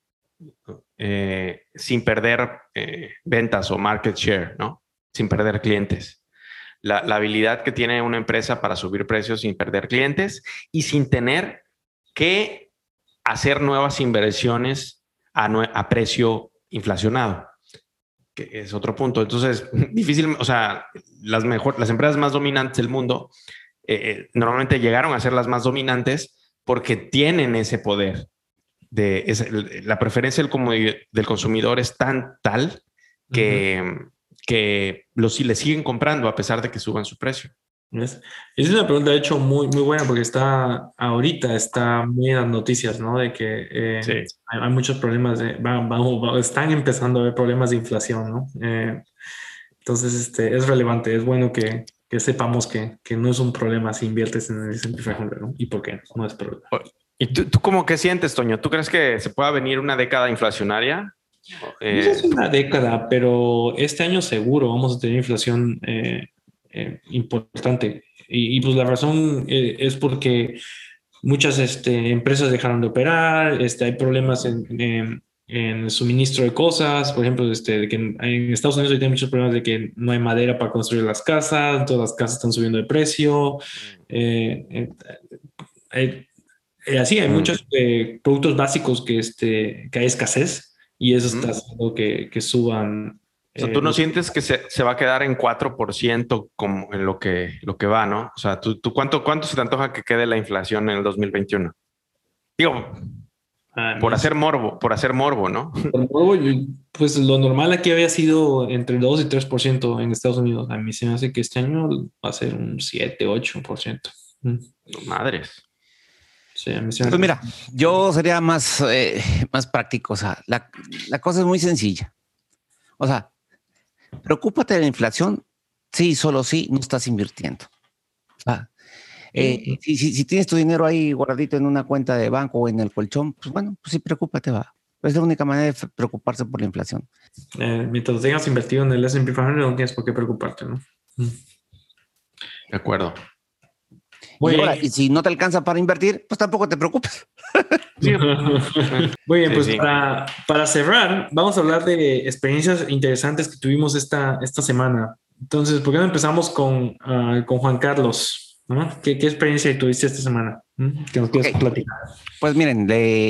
sin perder ventas o market share, ¿no? Sin perder clientes. La habilidad que tiene una empresa para subir precios sin perder clientes y sin tener que hacer nuevas inversiones a precio inflacionado, que es otro punto. Entonces, difícil, o sea, las empresas más dominantes del mundo normalmente llegaron a ser las más dominantes porque tienen ese poder. La preferencia del consumidor es tal que le siguen comprando a pesar de que suban su precio. ¿Ves? Es una pregunta, de hecho, muy, muy buena porque ahorita está muy en las noticias, ¿no? De que Sí. hay muchos problemas, están empezando a haber problemas de inflación, ¿no? Entonces, es relevante, es bueno que sepamos que no es un problema si inviertes en el S&P 500, ¿no? ¿Y por qué? No es problema. ¿Y tú cómo que sientes, Toño? ¿Tú crees que se pueda venir una década inflacionaria? No sé si una década, pero este año seguro vamos a tener inflación importante. Pues la razón es porque muchas empresas dejaron de operar, hay problemas en el suministro de cosas, por ejemplo, de que en Estados Unidos hay muchos problemas de que no hay madera para construir las casas, todas las casas están subiendo de precio. Hay, Así hay muchos productos básicos que hay escasez y eso está haciendo que suban. O sea, tú no sientes que se va a quedar en 4% como en lo que va, ¿no? O sea, ¿tú cuánto se te antoja que quede la inflación en el 2021? Digo, por hacer morbo, ¿no? Pues lo normal aquí había sido entre 2 y 3% en Estados Unidos. A mí se me hace que este año va a ser un 7, 8%. Madres. Sí, a mí se me Pues mira, yo sería más práctico. O sea, la cosa es muy sencilla. O sea, preocúpate de la inflación, sí, solo sí, no estás invirtiendo. O sea, si tienes tu dinero ahí guardadito en una cuenta de banco o en el colchón, pues bueno, pues sí, preocúpate, va. Es la única manera de preocuparse por la inflación. Mientras tengas invertido en el S&P 500, no tienes por qué preocuparte, ¿no? De acuerdo. Y si no te alcanza para invertir, pues tampoco te preocupes. Sí. Muy bien, pues sí. Para cerrar, vamos a hablar de experiencias interesantes que tuvimos esta semana. Entonces, ¿por qué no empezamos con Juan Carlos? ¿No? ¿Qué experiencia tuviste esta semana? Que nos quieras platicar. Pues miren,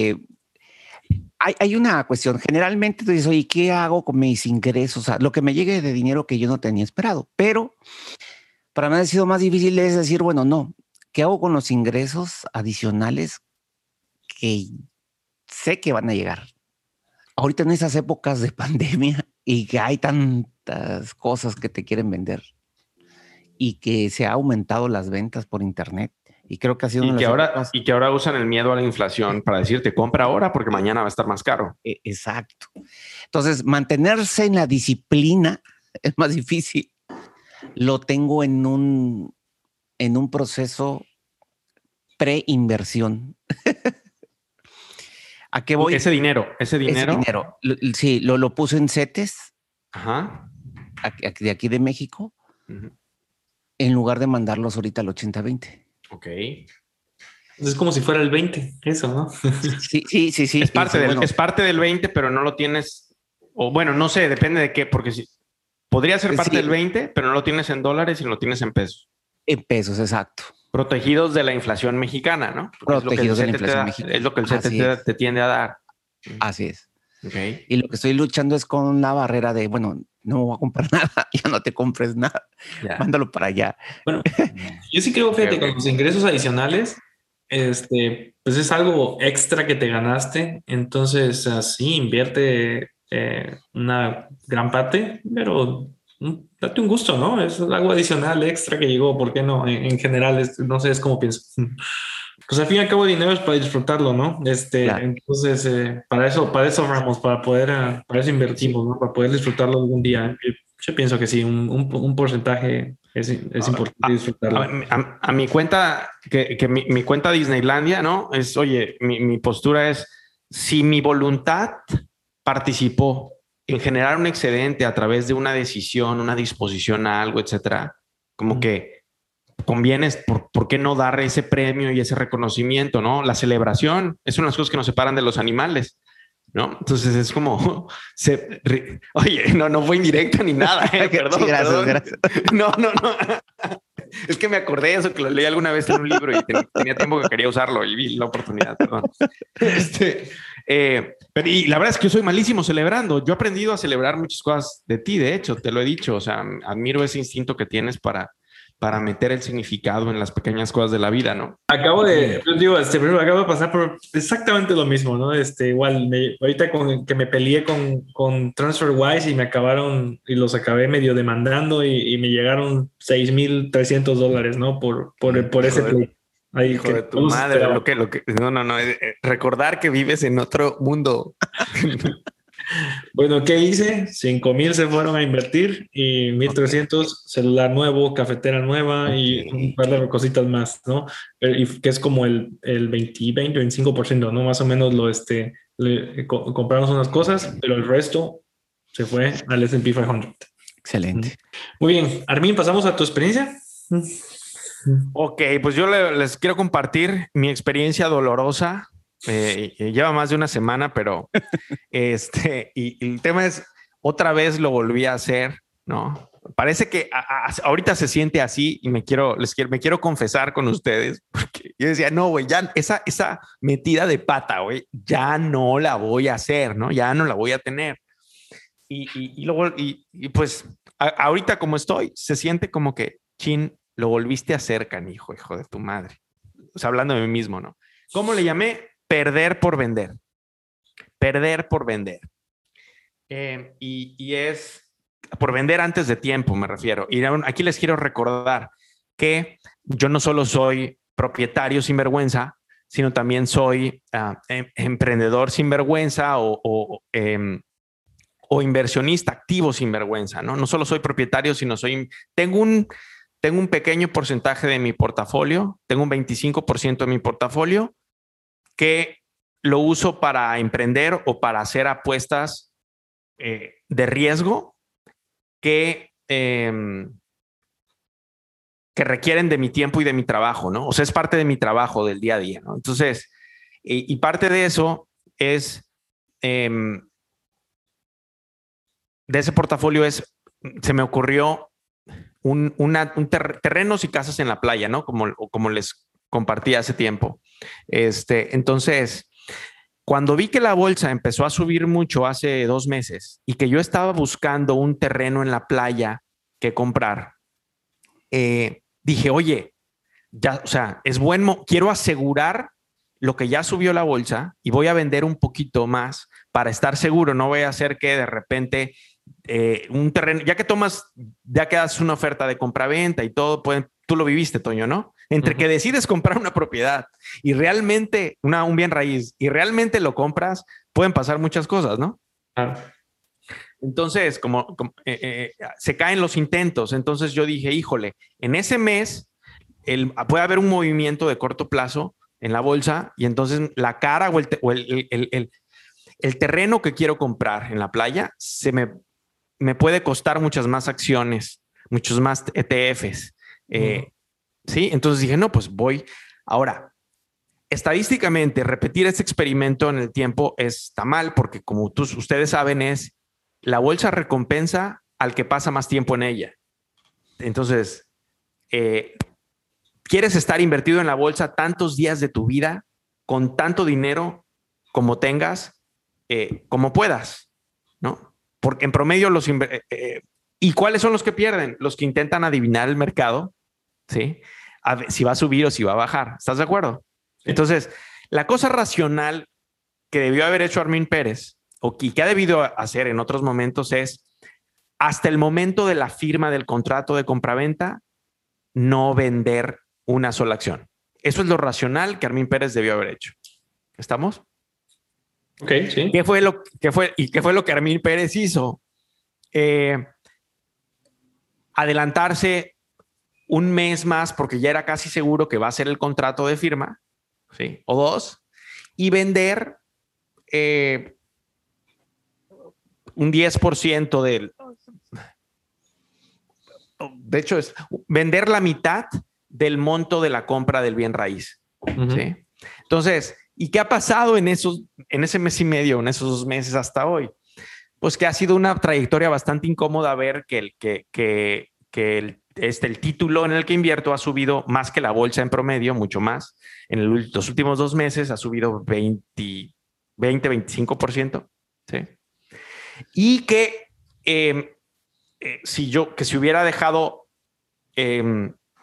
hay una cuestión. Generalmente tú dices, oye, ¿qué hago con mis ingresos? O sea, lo que me llegue de dinero que yo no tenía esperado. Pero para mí ha sido más difícil es decir, bueno, no, ¿qué hago con los ingresos adicionales que sé que van a llegar? Ahorita en esas épocas de pandemia y que hay tantas cosas que te quieren vender y que se ha aumentado las ventas por internet. Y creo que ha sido y que ahora usan el miedo a la inflación para decirte compra ahora porque mañana va a estar más caro. Exacto. Entonces, mantenerse en la disciplina es más difícil. Lo tengo en un proceso pre-inversión. ¿A qué voy? Ese dinero. Sí, lo puse en CETES. Ajá. De aquí de México. En lugar de mandarlos ahorita al 80-20. Ok. Es como si fuera el 20, eso, ¿no? Sí. Es parte del 20, pero no lo tienes. O bueno, no sé, depende de qué, porque podría ser parte del 20, pero no lo tienes en dólares y lo tienes en pesos. En pesos, exacto. Protegidos de la inflación mexicana, ¿no? Protegidos de la inflación mexicana. Es lo que el CETES te tiende a dar. Así es. Okay. Y lo que estoy luchando es con la barrera de, bueno, no voy a comprar nada, ya no te compres nada, mándalo para allá. Bueno, yo sí creo, fíjate, con los ingresos adicionales, pues es algo extra que te ganaste, entonces así invierte una gran parte, pero date un gusto, ¿no? Es algo adicional, extra que llegó, ¿por qué no? En general, no sé, es como pienso. Pues al fin y al cabo, dinero es para disfrutarlo, ¿no? Claro. Entonces, para eso Ramos, para eso invertimos, ¿no? Para poder disfrutarlo algún día. Yo pienso que sí, un porcentaje es importante disfrutarlo. A mi cuenta, mi cuenta Disneylandia, ¿no? Oye, mi postura es, si mi voluntad participó en generar un excedente a través de una decisión, una disposición a algo, etcétera, como que conviene, ¿por qué no dar ese premio y ese reconocimiento, ¿no? La celebración es una de las cosas que nos separan de los animales, ¿no? Entonces es como, oye, no fue indirecta ni nada, perdón. Sí, gracias. No. Es que me acordé de eso, que lo leí alguna vez en un libro y tenía tiempo que quería usarlo y vi la oportunidad, perdón. Pero y la verdad es que yo soy malísimo celebrando. Yo he aprendido a celebrar muchas cosas de ti, de hecho, te lo he dicho. O sea, admiro ese instinto que tienes para para meter el significado en las pequeñas cosas de la vida, ¿no? Acabo de pasar por exactamente lo mismo, ¿no? Igual, ahorita que me peleé con TransferWise y me acabaron, y los acabé medio demandando y me llegaron $6,300, ¿no? Por ese play. Ahí Hijo de tu madre, no, recordar que vives en otro mundo. Bueno, ¿qué hice? 5,000 se fueron a invertir y 1,300 celular nuevo, cafetera nueva y un par de cositas más, ¿no? Y que es como el 25%, ¿no? Más o menos compramos unas cosas, pero el resto se fue al S&P 500. Excelente. Muy bien, Armin, pasamos a tu experiencia. Ok, pues yo les quiero compartir mi experiencia dolorosa. Lleva más de una semana, pero y el tema es, otra vez lo volví a hacer, ¿no? Parece que ahorita se siente así y me quiero confesar con ustedes, porque yo decía, no, güey, ya esa metida de pata, güey, ya no la voy a hacer, ¿no? Ya no la voy a tener. Y luego, pues ahorita como estoy, se siente como que, chin, lo volviste a hacer, canijo, hijo de tu madre. O sea, hablando de mí mismo, ¿no? ¿Cómo le llamé? Perder por vender. Perder por vender. Y es por vender antes de tiempo, me refiero. Y aquí les quiero recordar que yo no solo soy propietario sin vergüenza, sino también soy emprendedor sin vergüenza o inversionista activo sin vergüenza, ¿no? No solo soy propietario, sino tengo un pequeño porcentaje de mi portafolio, tengo un 25% de mi portafolio que lo uso para emprender o para hacer apuestas de riesgo que requieren de mi tiempo y de mi trabajo, ¿no? O sea, es parte de mi trabajo del día a día, ¿no? Entonces, y parte de eso es, de ese portafolio se me ocurrió terrenos y casas en la playa, ¿no? Como les compartí hace tiempo. Entonces, cuando vi que la bolsa empezó a subir mucho hace 2 meses y que yo estaba buscando un terreno en la playa que comprar, dije, oye, ya, o sea, quiero asegurar lo que ya subió la bolsa y voy a vender un poquito más para estar seguro. No voy a hacer que de repente un terreno, ya que haces una oferta de compraventa y todo, tú lo viviste, Toño, ¿no? Entre que decides comprar una propiedad y realmente un bien raíz y realmente lo compras, pueden pasar muchas cosas, ¿no? Entonces, se caen los intentos. Entonces yo dije, híjole, en ese mes puede haber un movimiento de corto plazo en la bolsa y entonces la cara o el terreno que quiero comprar en la playa me puede costar muchas más acciones, muchos más ETFs. Sí, entonces dije, no, pues voy. Ahora, estadísticamente, repetir este experimento en el tiempo está mal porque, como ustedes saben, la bolsa recompensa al que pasa más tiempo en ella. Entonces, quieres estar invertido en la bolsa tantos días de tu vida, con tanto dinero como tengas, como puedas, ¿no? Porque en promedio ¿y cuáles son los que pierden? Los que intentan adivinar el mercado, ¿sí? A ver si va a subir o si va a bajar. ¿Estás de acuerdo? Sí. Entonces, la cosa racional que debió haber hecho Armin Pérez o que ha debido hacer en otros momentos es, hasta el momento de la firma del contrato de compraventa, no vender una sola acción. Eso es lo racional que Armin Pérez debió haber hecho. ¿Estamos? Ok, sí. ¿Qué fue lo que Armin Pérez hizo? Adelantarse un mes más porque ya era casi seguro que va a ser el contrato de firma, ¿sí? O 2, y vender un 10% de hecho, es vender la mitad del monto de la compra del bien raíz. ¿Sí? Entonces, ¿y qué ha pasado en ese mes y medio, en esos 2 meses hasta hoy? Pues que ha sido una trayectoria bastante incómoda ver que el título en el que invierto ha subido más que la bolsa en promedio, mucho más. En los últimos 2 meses ha subido 20-25%. ¿Sí? Y que si hubiera dejado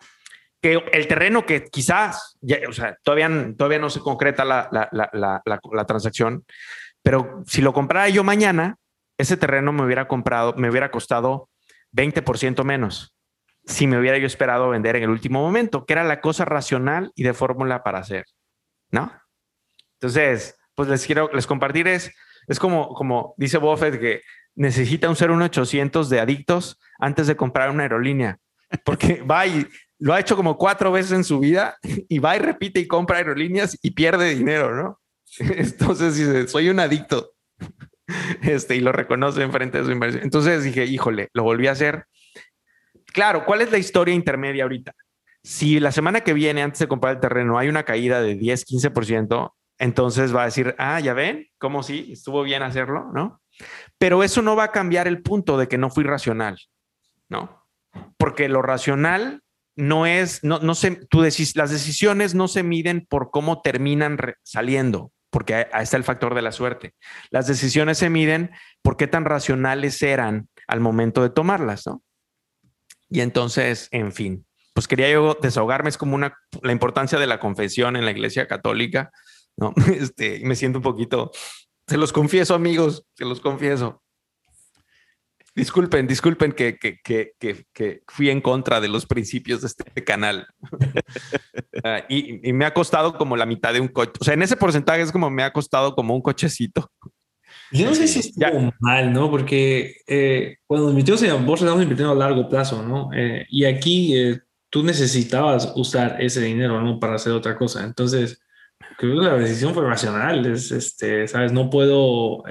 que el terreno que quizás, o sea, todavía no se concreta la transacción, pero si lo comprara yo mañana, ese terreno me hubiera costado 20% menos si me hubiera yo esperado vender en el último momento, que era la cosa racional y de fórmula para hacer, ¿no? Entonces, pues les compartir es como dice Buffett, que necesita un 01800 de adictos antes de comprar una aerolínea, porque va y lo ha hecho como 4 veces en su vida y va y repite y compra aerolíneas y pierde dinero, ¿no? Entonces dice, soy un adicto. Y lo reconoce enfrente de su inversión. Entonces dije, híjole, lo volví a hacer. Claro, ¿cuál es la historia intermedia ahorita? Si la semana que viene, antes de comprar el terreno, hay una caída de 10, 15%, entonces va a decir, ya ven, cómo sí, estuvo bien hacerlo, ¿no? Pero eso no va a cambiar el punto de que no fui racional, ¿no? Porque lo racional no es, las decisiones no se miden por cómo terminan saliendo, porque ahí está el factor de la suerte. Las decisiones se miden por qué tan racionales eran al momento de tomarlas, ¿no? Y entonces, en fin, pues quería yo desahogarme, es como la importancia de la confesión en la Iglesia Católica, ¿no? Me siento un poquito, se los confieso, amigos, se los confieso. Disculpen que fui en contra de los principios de este canal. Y me ha costado como la mitad de un coche. O sea, en ese porcentaje es como me ha costado como un cochecito. Yo no sé si estuvo mal, ¿no? Porque cuando invertimos en bolsa estamos invirtiendo a largo plazo, ¿no? Y aquí tú necesitabas usar ese dinero, ¿no? Para hacer otra cosa. Entonces, creo que la decisión fue racional. ¿Sabes? No puedo,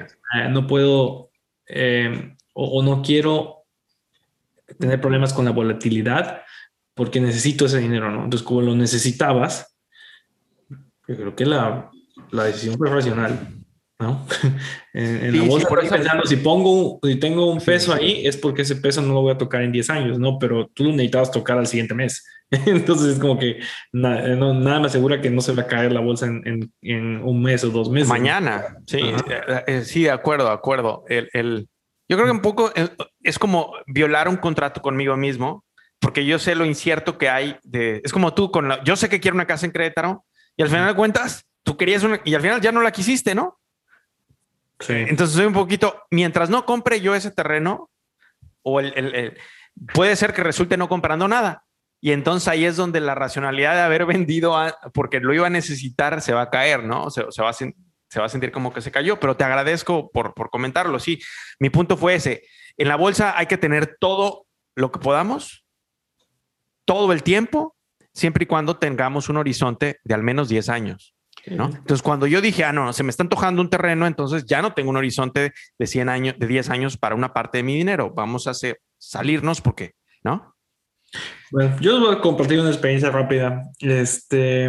o no quiero tener problemas con la volatilidad porque necesito ese dinero, ¿no? Entonces, como lo necesitabas, yo creo que la decisión fue racional, ¿no? En la bolsa estoy pensando, si tengo un peso ahí, es porque ese peso no lo voy a tocar en 10 años, ¿no? Pero tú lo necesitabas tocar al siguiente mes. Entonces es como que nada me asegura que no se va a caer la bolsa en un mes o 2 meses. Mañana, ¿no? Sí, sí, de acuerdo. Yo creo que un poco es como violar un contrato conmigo mismo, porque yo sé lo incierto que hay es como tú yo sé que quiero una casa en Querétaro y al final de cuentas tú querías una y al final ya no la quisiste, ¿no? Sí. Entonces soy un poquito, mientras no compre yo ese terreno o puede ser que resulte no comprando nada. Y entonces ahí es donde la racionalidad de haber vendido porque lo iba a necesitar se va a caer, ¿no? Se va a sentir como que se cayó, pero te agradezco por comentarlo. Sí, mi punto fue ese. En la bolsa hay que tener todo lo que podamos, todo el tiempo, siempre y cuando tengamos un horizonte de al menos 10 años. ¿No? Entonces, cuando yo dije, no, se me está antojando un terreno, entonces ya no tengo un horizonte de 100 años, de 10 años para una parte de mi dinero. Vamos a salirnos porque, ¿no? Bueno, yo les voy a compartir una experiencia rápida. Las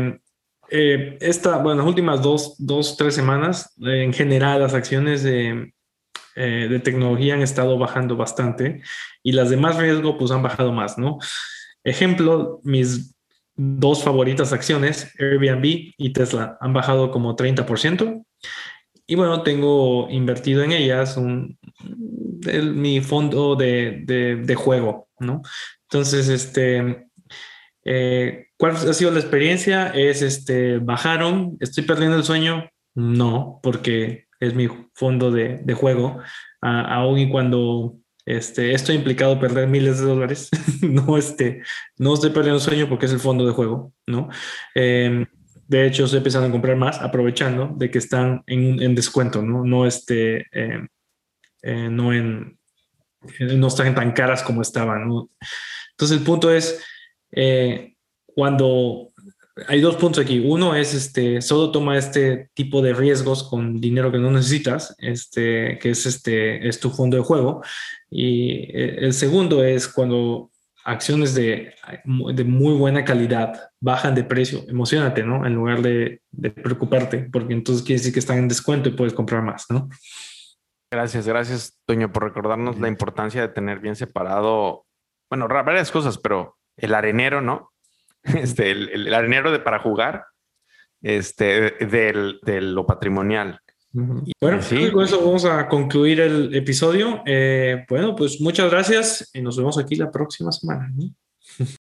últimas 3 semanas, en general, las acciones de tecnología han estado bajando bastante y las de más riesgo, pues han bajado más, ¿no? Ejemplo, mis 2 favoritas acciones, Airbnb y Tesla, han bajado como 30%. Y bueno, tengo invertido en ellas mi fondo de juego, ¿no? Entonces, ¿cuál ha sido la experiencia? ¿Bajaron? ¿Estoy perdiendo el sueño? No, porque es mi fondo de juego. Aún y cuando estoy implicado en perder miles de dólares, no estoy perdiendo el sueño porque es el fondo de juego, ¿no? De hecho, estoy pensando en comprar más, aprovechando de que están en descuento, ¿no? No están tan caras como estaban, ¿no? Entonces, el punto es, cuando hay 2 puntos aquí. Uno es, solo toma este tipo de riesgos con dinero que no necesitas, que es tu fondo de juego. Y el segundo es cuando acciones de muy buena calidad bajan de precio, emocionate, ¿no? En lugar de preocuparte, porque entonces quiere decir que están en descuento y puedes comprar más, ¿no? Gracias, Toño, por recordarnos la importancia de tener bien separado, bueno, varias cosas, pero el arenero, ¿no? El arenero para jugar, de lo patrimonial. Bueno, sí. Con eso vamos a concluir el episodio. Bueno, pues muchas gracias y nos vemos aquí la próxima semana, ¿no?